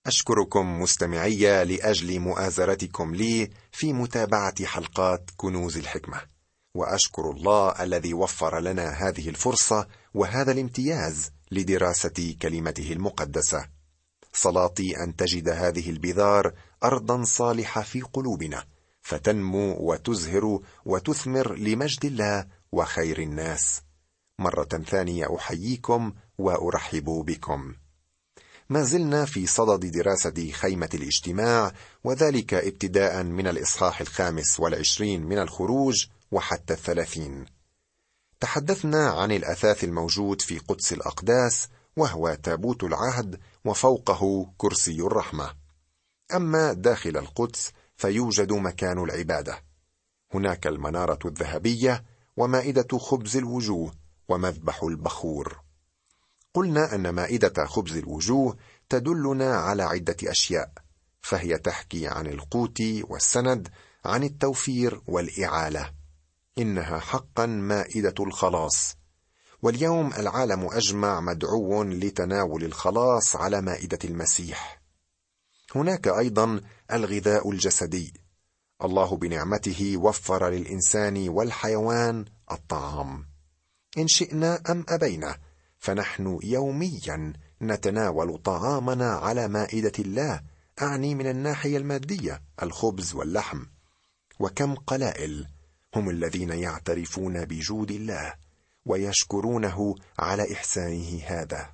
أشكركم مستمعي لأجل مؤازرتكم لي في متابعة حلقات كنوز الحكمة، وأشكر الله الذي وفر لنا هذه الفرصة وهذا الامتياز لدراسة كلمته المقدسة. صلاتي أن تجد هذه البذار أرضا صالحة في قلوبنا، فتنمو وتزهر وتثمر لمجد الله وخير الناس. مرة ثانية أحييكم وأرحب بكم. ما زلنا في صدد دراسة خيمة الاجتماع، وذلك ابتداء من الإصحاح 25 من الخروج وحتى 30. تحدثنا عن الأثاث الموجود في قدس الأقداس، وهو تابوت العهد وفوقه كرسي الرحمة. أما داخل القدس فيوجد مكان العبادة. هناك المنارة الذهبية ومائدة خبز الوجوه ومذبح البخور. قلنا أن مائدة خبز الوجوه تدلنا على عدة أشياء، فهي تحكي عن القوت والسند، عن التوفير والإعالة. إنها حقا مائدة الخلاص، واليوم العالم أجمع مدعو لتناول الخلاص على مائدة المسيح. هناك أيضا الغذاء الجسدي. الله بنعمته وفر للإنسان والحيوان الطعام، إن شئنا أم أبينا، فنحن يوميا نتناول طعامنا على مائدة الله، أعني من الناحية المادية الخبز واللحم. وكم قلائل هم الذين يعترفون بجود الله ويشكرونه على إحسانه هذا.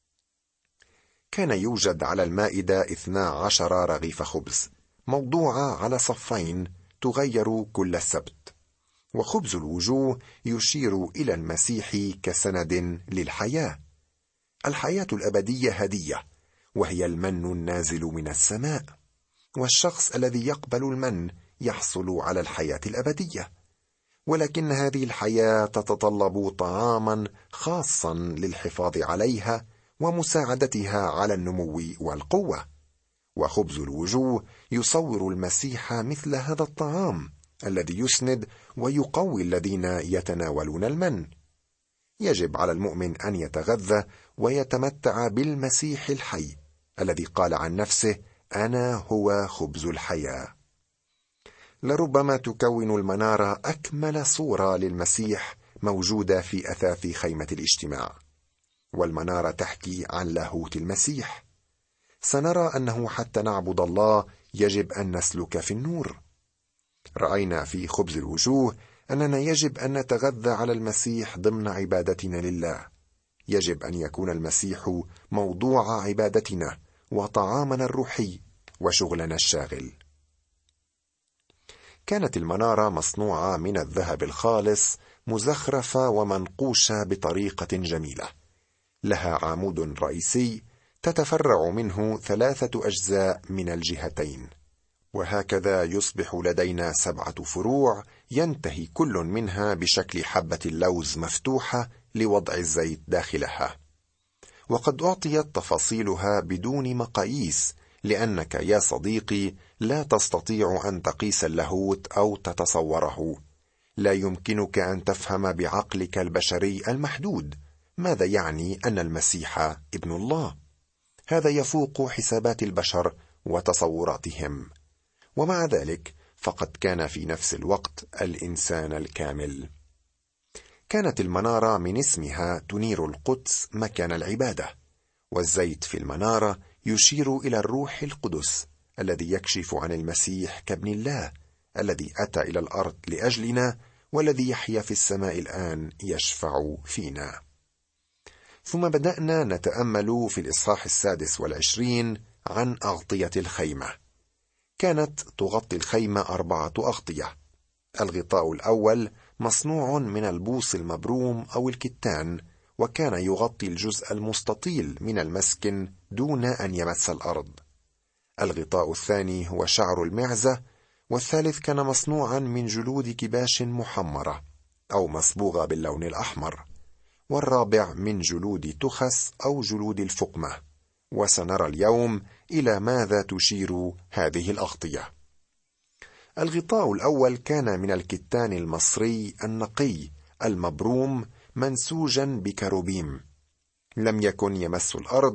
كان يوجد على المائدة 12 رغيف خبز موضوعة على صفين تغير كل السبت، وخبز الوجوه يشير إلى المسيح كسند للحياة. الحياة الأبدية هدية، وهي المن النازل من السماء، والشخص الذي يقبل المن يحصل على الحياة الأبدية. ولكن هذه الحياة تتطلب طعاما خاصا للحفاظ عليها ومساعدتها على النمو والقوة، وخبز الوجوه يصور المسيح مثل هذا الطعام الذي يسند ويقوي الذين يتناولون المن. يجب على المؤمن أن يتغذى ويتمتع بالمسيح الحي الذي قال عن نفسه: أنا هو خبز الحياة. لربما تكون المنارة أكمل صورة للمسيح موجودة في أثاث خيمة الاجتماع، والمنارة تحكي عن لاهوت المسيح. سنرى أنه حتى نعبد الله يجب أن نسلك في النور. رأينا في خبز الوجوه أننا يجب أن نتغذى على المسيح ضمن عبادتنا لله. يجب أن يكون المسيح موضوع عبادتنا وطعامنا الروحي وشغلنا الشاغل. كانت المنارة مصنوعة من الذهب الخالص، مزخرفة ومنقوشة بطريقة جميلة. لها عمود رئيسي تتفرع منه 3 أجزاء من الجهتين، وهكذا يصبح لدينا 7 فروع ينتهي كل منها بشكل حبة اللوز مفتوحة لوضع الزيت داخلها. وقد أعطيت تفاصيلها بدون مقاييس، لأنك يا صديقي لا تستطيع أن تقيس اللاهوت أو تتصوره. لا يمكنك أن تفهم بعقلك البشري المحدود ماذا يعني أن المسيح ابن الله. هذا يفوق حسابات البشر وتصوراتهم، ومع ذلك فقد كان في نفس الوقت الإنسان الكامل. كانت المنارة من اسمها تنير القدس مكان العبادة، والزيت في المنارة يشير إلى الروح القدس الذي يكشف عن المسيح كابن الله الذي أتى إلى الأرض لأجلنا، والذي يحيا في السماء الآن يشفع فينا. ثم بدأنا نتأمل في الإصحاح 26 عن أغطية الخيمة. كانت تغطي الخيمة 4 أغطية. الغطاء الأول مصنوع من البوص المبروم أو الكتان، وكان يغطي الجزء المستطيل من المسكن دون أن يمس الأرض. الغطاء الثاني هو شعر المعزة، والثالث كان مصنوعا من جلود كباش محمرة أو مصبوغة باللون الأحمر، والرابع من جلود تخس أو جلود الفقمة. وسنرى اليوم إلى ماذا تشير هذه الأغطية. الغطاء الأول كان من الكتان المصري النقي المبروم منسوجا بكروبيم، لم يكن يمس الأرض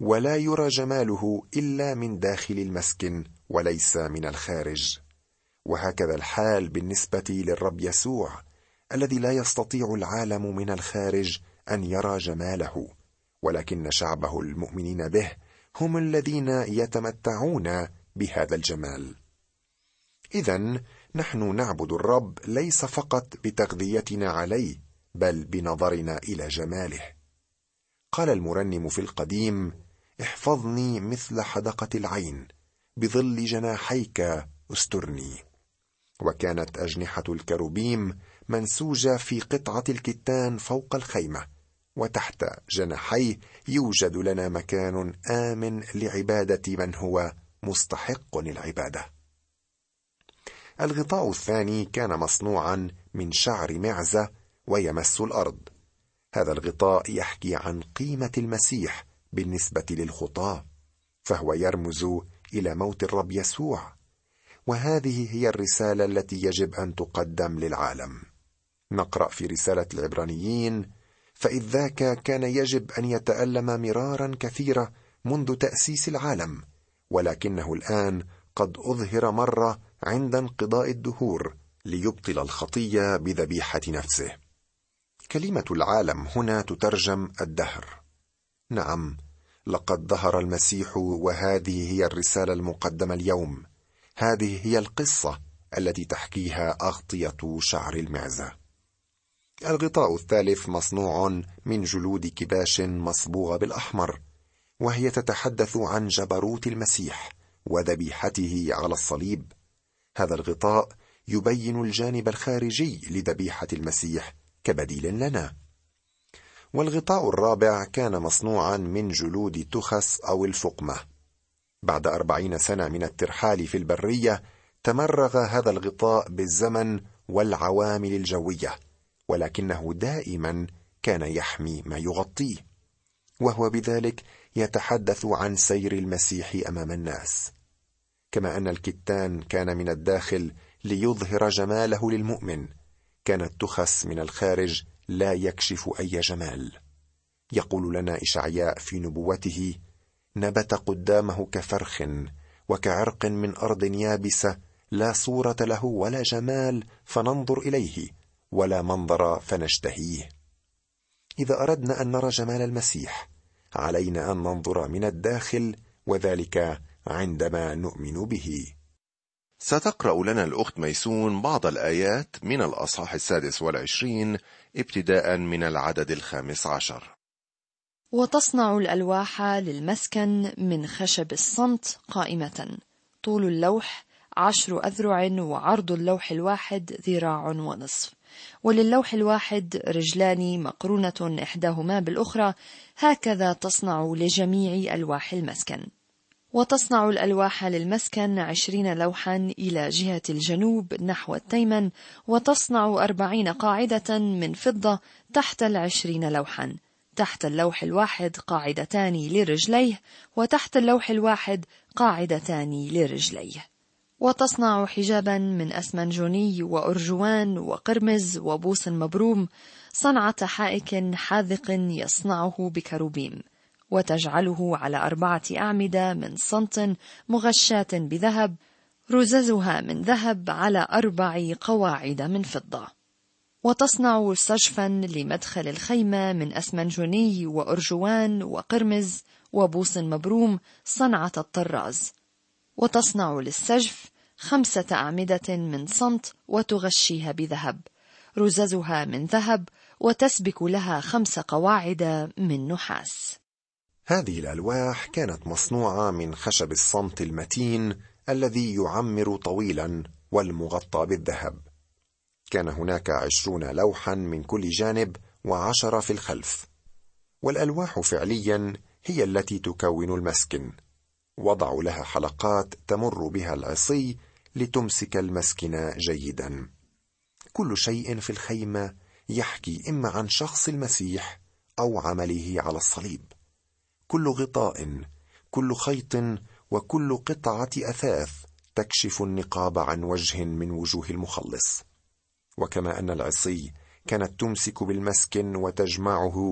ولا يرى جماله إلا من داخل المسكن وليس من الخارج. وهكذا الحال بالنسبة للرب يسوع، الذي لا يستطيع العالم من الخارج أن يرى جماله، ولكن شعبه المؤمنين به هم الذين يتمتعون بهذا الجمال. إذن نحن نعبد الرب ليس فقط بتغذيتنا عليه، بل بنظرنا إلى جماله. قال المرنم في القديم: احفظني مثل حدقة العين، بظل جناحيك استرني. وكانت أجنحة الكروبيم منسوجة في قطعة الكتان فوق الخيمة، وتحت جناحيه يوجد لنا مكان آمن لعبادة من هو مستحق العبادة. الغطاء الثاني كان مصنوعا من شعر معزة ويمس الأرض. هذا الغطاء يحكي عن قيمة المسيح بالنسبة للخطاة، فهو يرمز إلى موت الرب يسوع، وهذه هي الرسالة التي يجب أن تقدم للعالم. نقرأ في رسالة العبرانيين: فإذ ذاك كان يجب أن يتألم مرارا كثيرة منذ تأسيس العالم، ولكنه الآن قد أظهر مرة عند انقضاء الدهور ليبطل الخطية بذبيحة نفسه. كلمة العالم هنا تترجم الدهر. نعم، لقد ظهر المسيح، وهذه هي الرسالة المقدمة اليوم. هذه هي القصة التي تحكيها أغطية شعر المعزة. الغطاء الثالث مصنوع من جلود كباش مصبوغة بالأحمر، وهي تتحدث عن جبروت المسيح وذبيحته على الصليب. هذا الغطاء يبين الجانب الخارجي لذبيحة المسيح كبديل لنا. والغطاء الرابع كان مصنوعا من جلود تخس أو الفقمة. بعد 40 سنة من الترحال في البرية، تمرغ هذا الغطاء بالزمن والعوامل الجوية، ولكنه دائما كان يحمي ما يغطيه، وهو بذلك يتحدث عن سير المسيح أمام الناس. كما أن الكتان كان من الداخل ليظهر جماله للمؤمن، كان التخس من الخارج لا يكشف أي جمال. يقول لنا إشعياء في نبوته: نبت قدامه كفرخ وكعرق من أرض يابسة، لا صورة له ولا جمال فننظر إليه، ولا منظر فنشتهيه. إذا أردنا أن نرى جمال المسيح، علينا أن ننظر من الداخل، وذلك عندما نؤمن به. ستقرأ لنا الأخت ميسون بعض الآيات من الأصحاح 26 ابتداء من العدد 15. وتصنع الألواح للمسكن من خشب الصمت قائمة، طول اللوح 10 أذرع، وعرض اللوح الواحد 1.5 ذراع، وللوح الواحد رجلان مقرونة إحداهما بالأخرى، هكذا تصنع لجميع ألواح المسكن. وتصنع الألواح للمسكن 20 لوحا إلى جهة الجنوب نحو التيمن، وتصنع 40 قاعدة من فضة تحت 20 لوحا، تحت اللوح الواحد قاعدتان لرجليه، وتحت اللوح الواحد قاعدتان لرجليه. وتصنع حجابا من أسمنجوني وأرجوان وقرمز وبوص مبروم، صنعة حائك حاذق يصنعه بكروبيم، وتجعله على 4 أعمدة من صنط مغشاة بذهب، رززها من ذهب على 4 قواعد من فضة. وتصنع سجفا لمدخل الخيمة من أسمنجوني وأرجوان وقرمز وبوص مبروم، صنعة الطراز. وتصنع للسجف 5 أعمدة من صنط، وتغشيها بذهب، رززها من ذهب، وتسبك لها 5 قواعد من نحاس. هذه الألواح كانت مصنوعة من خشب الصمت المتين الذي يعمر طويلا والمغطى بالذهب. كان هناك 20 لوحا من كل جانب و10 في الخلف. والألواح فعليا هي التي تكون المسكن. وضعوا لها حلقات تمر بها العصي لتمسك المسكن جيدا. كل شيء في الخيمة يحكي إما عن شخص المسيح أو عمله على الصليب. كل غطاء، كل خيط، وكل قطعة أثاث تكشف النقاب عن وجه من وجوه المخلص. وكما أن العصي كانت تمسك بالمسكن وتجمعه،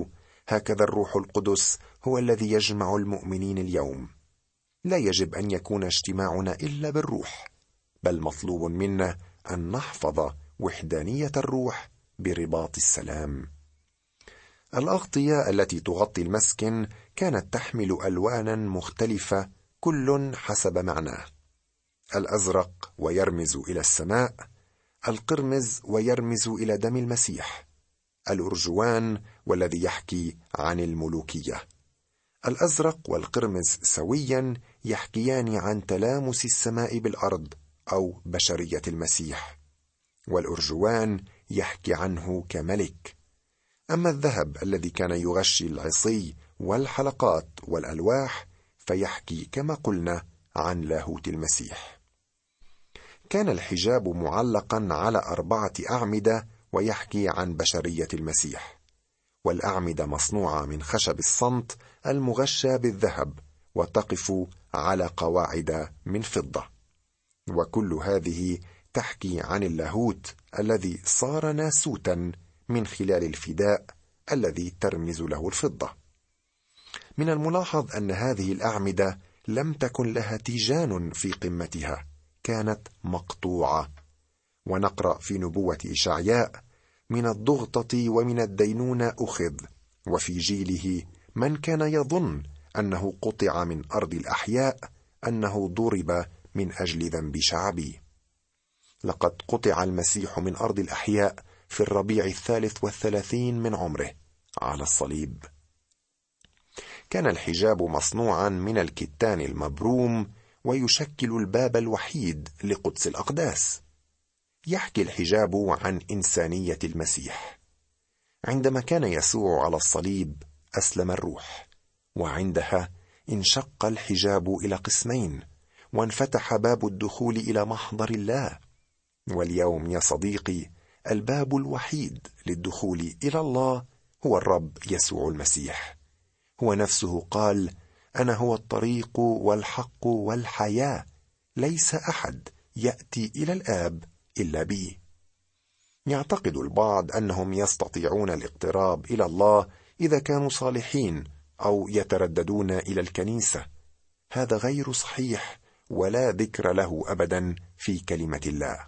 هكذا الروح القدس هو الذي يجمع المؤمنين اليوم. لا يجب أن يكون اجتماعنا إلا بالروح، بل مطلوب منا أن نحفظ وحدانية الروح برباط السلام. الأغطية التي تغطي المسكن كانت تحمل ألوانا مختلفة كل حسب معناه: الأزرق ويرمز إلى السماء، القرمز ويرمز إلى دم المسيح، الأرجوان والذي يحكي عن الملوكية. الأزرق والقرمز سويا يحكيان عن تلامس السماء بالأرض أو بشرية المسيح، والأرجوان يحكي عنه كملك. أما الذهب الذي كان يغشي العصي والحلقات والألواح فيحكي كما قلنا عن لاهوت المسيح. كان الحجاب معلقا على 4 أعمدة ويحكي عن بشرية المسيح، والأعمدة مصنوعة من خشب الصمت المغشى بالذهب وتقف على قواعد من فضة، وكل هذه تحكي عن اللاهوت الذي صار ناسوتا من خلال الفداء الذي ترمز له الفضة. من الملاحظ أن هذه الأعمدة لم تكن لها تيجان في قمتها، كانت مقطوعة. ونقرأ في نبوة إشعياء: من الضغطة ومن الدينونة أخذ، وفي جيله من كان يظن أنه قطع من أرض الأحياء، أنه ضرب من أجل ذنب شعبي. لقد قطع المسيح من أرض الأحياء في الربيع 33 من عمره على الصليب. كان الحجاب مصنوعا من الكتان المبروم ويشكل الباب الوحيد لقدس الأقداس. يحكي الحجاب عن إنسانية المسيح. عندما كان يسوع على الصليب أسلم الروح، وعندها انشق الحجاب إلى قسمين وانفتح باب الدخول إلى محضر الله. واليوم يا صديقي، الباب الوحيد للدخول إلى الله هو الرب يسوع المسيح. هو نفسه قال: أنا هو الطريق والحق والحياة، ليس أحد يأتي إلى الآب إلا بي. يعتقد البعض أنهم يستطيعون الاقتراب إلى الله إذا كانوا صالحين أو يترددون إلى الكنيسة. هذا غير صحيح، ولا ذكر له أبدا في كلمة الله.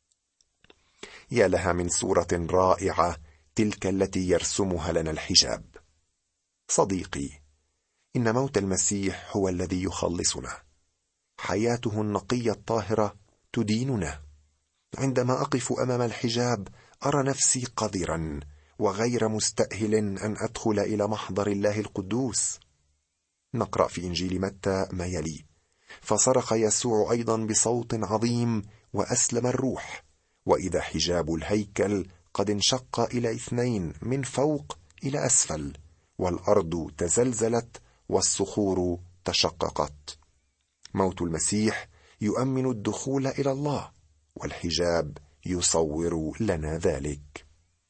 يا لها من صورة رائعة تلك التي يرسمها لنا الحجاب. صديقي، إن موت المسيح هو الذي يخلصنا. حياته النقية الطاهرة تديننا. عندما أقف أمام الحجاب أرى نفسي قذرا وغير مستأهل أن أدخل إلى محضر الله القدوس. نقرأ في إنجيل متى ما يلي: فصرخ يسوع أيضا بصوت عظيم وأسلم الروح، وإذا حجاب الهيكل قد انشق إلى 2 من فوق إلى أسفل، والأرض تزلزلت والصخور تشققت. موت المسيح يؤمن الدخول إلى الله، والحجاب يصور لنا ذلك.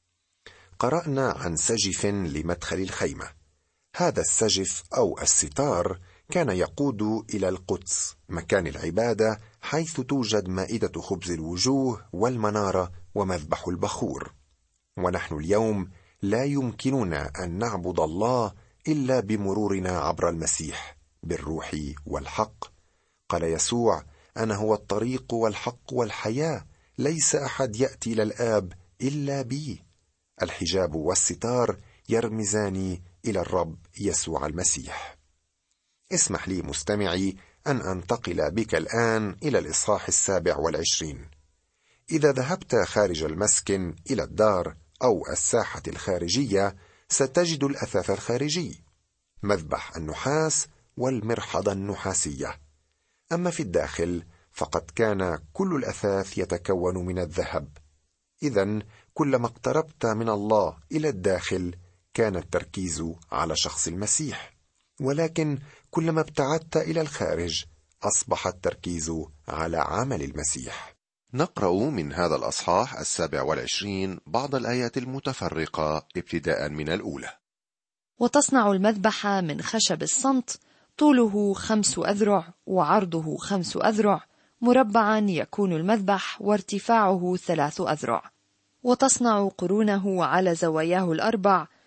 قرأنا عن سجف لمدخل الخيمة. هذا السجف أو الستار كان يقود إلى القدس، مكان العبادة، حيث توجد مائدة خبز الوجوه والمنارة ومذبح البخور. ونحن اليوم لا يمكننا أن نعبد الله إلا بمرورنا عبر المسيح بالروح والحق. قال يسوع: أنا هو الطريق والحق والحياة، ليس أحد يأتي إلى الآب إلا بي. الحجاب والستار يرمزان إلى الرب يسوع المسيح. اسمح لي مستمعي أن أنتقل بك الآن إلى الإصحاح 27. إذا ذهبت خارج المسكن إلى الدار أو الساحة الخارجية ستجد الأثاث الخارجي، مذبح النحاس والمرحضة النحاسية. أما في الداخل فقد كان كل الأثاث يتكون من الذهب. إذن كلما اقتربت من الله إلى الداخل كان التركيز على شخص المسيح، ولكن كلما ابتعدت إلى الخارج أصبح التركيز على عمل المسيح. نقرأ من هذا الأصحاح 27 بعض الآيات المتفرقة ابتداء من الأولى. وتصنع المذبح من خشب الصمت، طوله 5 أذرع وعرضه 5 أذرع، مربعا يكون المذبح وارتفاعه 3 أذرع. وتصنع قرونه على زواياه 4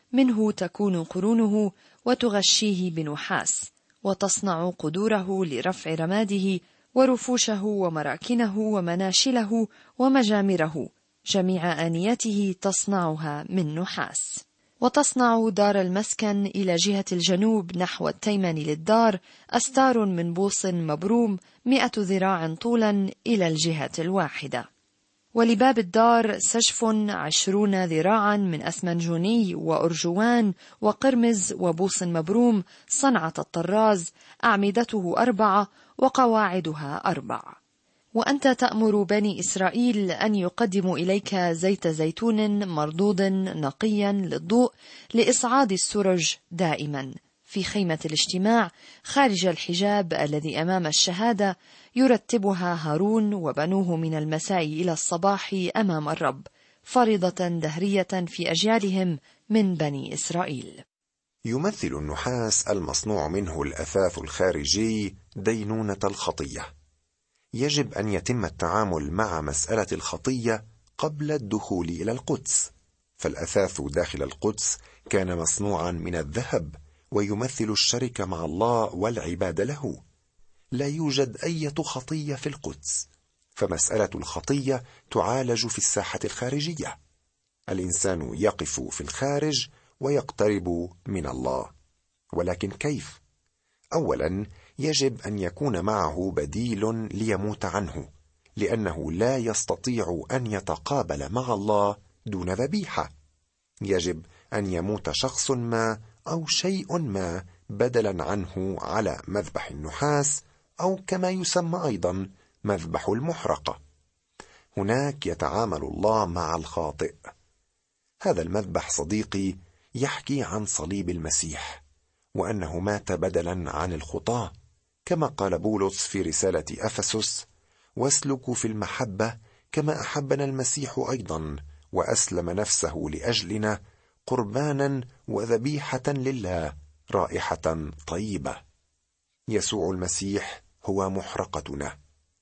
منه تكون قرونه وتغشيه بنحاس، وتصنع قدوره لرفع رماده ورفوشه ومراكنه ومناشله ومجامره، جميع آنيته تصنعها من نحاس. وتصنع دار المسكن إلى جهة الجنوب نحو التيمن للدار أستار من بوص مبروم 100 ذراع طولا إلى الجهة الواحدة. ولباب الدار سجف 20 ذراعا من أسمنجوني وأرجوان وقرمز وبوص مبروم صنعة الطراز، أعمدته 4 وقواعدها 4. وأنت تأمر بني إسرائيل أن يقدموا إليك زيت زيتون مردود نقيا للضوء لإصعاد السرج دائما في خيمة الاجتماع خارج الحجاب الذي أمام الشهادة، يرتبها هارون وبنوه من المساء إلى الصباح أمام الرب، فريضة دهرية في أجيالهم من بني إسرائيل. يمثل النحاس المصنوع منه الأثاث الخارجي دينونة الخطية. يجب أن يتم التعامل مع مسألة الخطية قبل الدخول إلى القدس، فالأثاث داخل القدس كان مصنوعا من الذهب ويمثل الشركة مع الله والعبادة له. لا يوجد أي خطية في القدس، فمسألة الخطية تعالج في الساحة الخارجية. الإنسان يقف في الخارج ويقترب من الله، ولكن كيف؟ أولا، يجب أن يكون معه بديل ليموت عنه، لأنه لا يستطيع أن يتقابل مع الله دون ذبيحة. يجب أن يموت شخص ما أو شيء ما بدلا عنه على مذبح النحاس، أو كما يسمى أيضا مذبح المحرقة. هناك يتعامل الله مع الخاطئ. هذا المذبح صديقي يحكي عن صليب المسيح، وأنه مات بدلا عن الخطاة، كما قال بولس في رسالة أفسس: واسلكوا في المحبة كما أحبنا المسيح أيضا وأسلم نفسه لأجلنا قربانا وذبيحة لله رائحة طيبة. يسوع المسيح هو محرقتنا.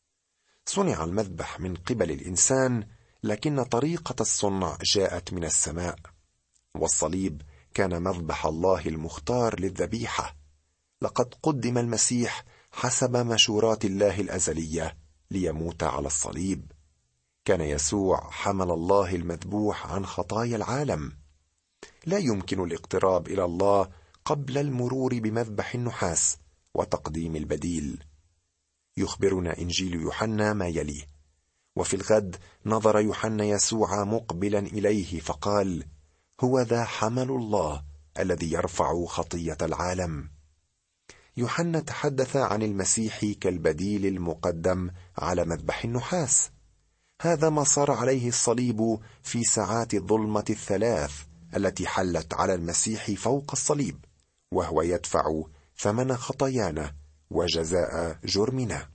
صنع المذبح من قبل الإنسان، لكن طريقة الصنع جاءت من السماء، والصليب كان مذبح الله المختار للذبيحة. لقد قدم المسيح حسب مشورات الله الأزلية ليموت على الصليب. كان يسوع حمل الله المذبوح عن خطايا العالم. لا يمكن الاقتراب إلى الله قبل المرور بمذبح النحاس وتقديم البديل. يخبرنا إنجيل يوحنا ما يلي: وفي الغد نظر يوحنا يسوع مقبلا إليه فقال: هو ذا حمل الله الذي يرفع خطية العالم. يوحنا تحدث عن المسيح كالبديل المقدم على مذبح النحاس. هذا ما صار عليه الصليب في ساعات الظلمة 3 التي حلت على المسيح فوق الصليب، وهو يدفع ثمن خطايانا وجزاء جرمنا.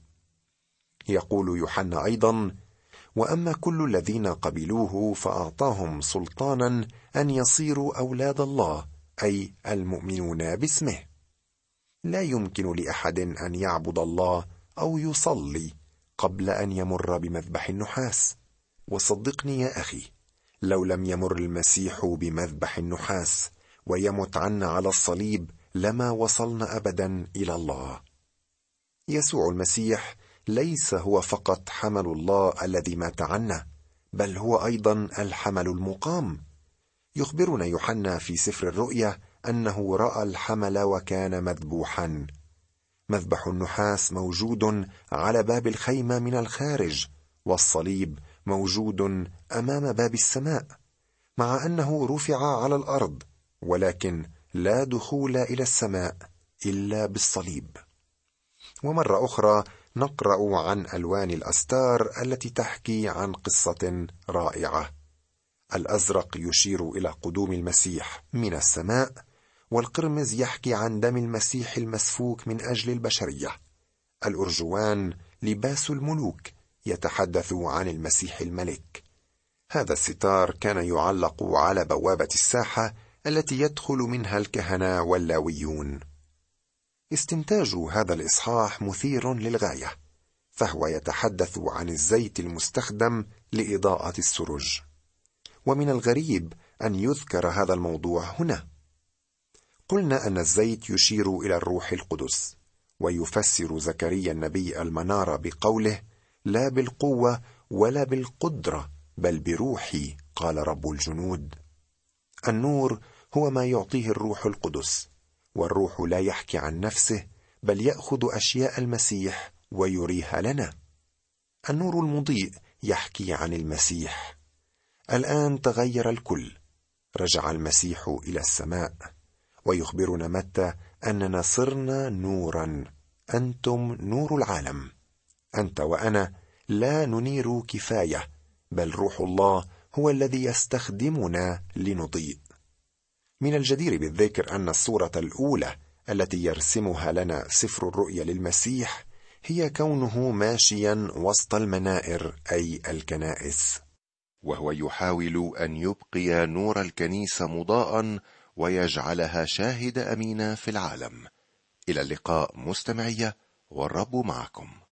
يقول يوحنا أيضا: وأما كل الذين قبلوه فأعطاهم سلطانا أن يصيروا أولاد الله، أي المؤمنون باسمه. لا يمكن لأحد أن يعبد الله أو يصلي قبل أن يمر بمذبح النحاس. وصدقني يا أخي، لو لم يمر المسيح بمذبح النحاس ويمت عنا على الصليب لما وصلنا أبدا إلى الله. يسوع المسيح ليس هو فقط حمل الله الذي مات عنا، بل هو أيضا الحمل المقام. يخبرنا يوحنا في سفر الرؤيا أنه رأى الحمل وكان مذبوحا. مذبح النحاس موجود على باب الخيمة من الخارج، والصليب موجود أمام باب السماء، مع أنه رفع على الأرض، ولكن لا دخول إلى السماء إلا بالصليب. ومرة أخرى نقرأ عن ألوان الأستار التي تحكي عن قصة رائعة. الأزرق يشير إلى قدوم المسيح من السماء، والقرمز يحكي عن دم المسيح المسفوك من أجل البشرية. الأرجوان لباس الملوك، يتحدث عن المسيح الملك. هذا الستار كان يعلق على بوابة الساحة التي يدخل منها الكهنة واللاويون. استنتاج هذا الإصحاح مثير للغاية، فهو يتحدث عن الزيت المستخدم لإضاءة السرج. ومن الغريب أن يذكر هذا الموضوع هنا. قلنا أن الزيت يشير إلى الروح القدس، ويفسر زكريا النبي المنارة بقوله: لا بالقوة ولا بالقدرة بل بروحي قال رب الجنود. النور هو ما يعطيه الروح القدس، والروح لا يحكي عن نفسه بل يأخذ أشياء المسيح ويريها لنا. النور المضيء يحكي عن المسيح. الآن تغير الكل، رجع المسيح إلى السماء، ويخبرنا متى أننا صرنا نورا. أنتم نور العالم. أنت وأنا لا ننير كفاية، بل روح الله هو الذي يستخدمنا لنضيء. من الجدير بالذكر أن الصورة الأولى التي يرسمها لنا سفر الرؤيا للمسيح هي كونه ماشيا وسط المنائر أي الكنائس، وهو يحاول أن يبقي نور الكنيسة مضاءً ويجعلها شاهدة أمينة في العالم. إلى اللقاء مستمعية، والرب معكم.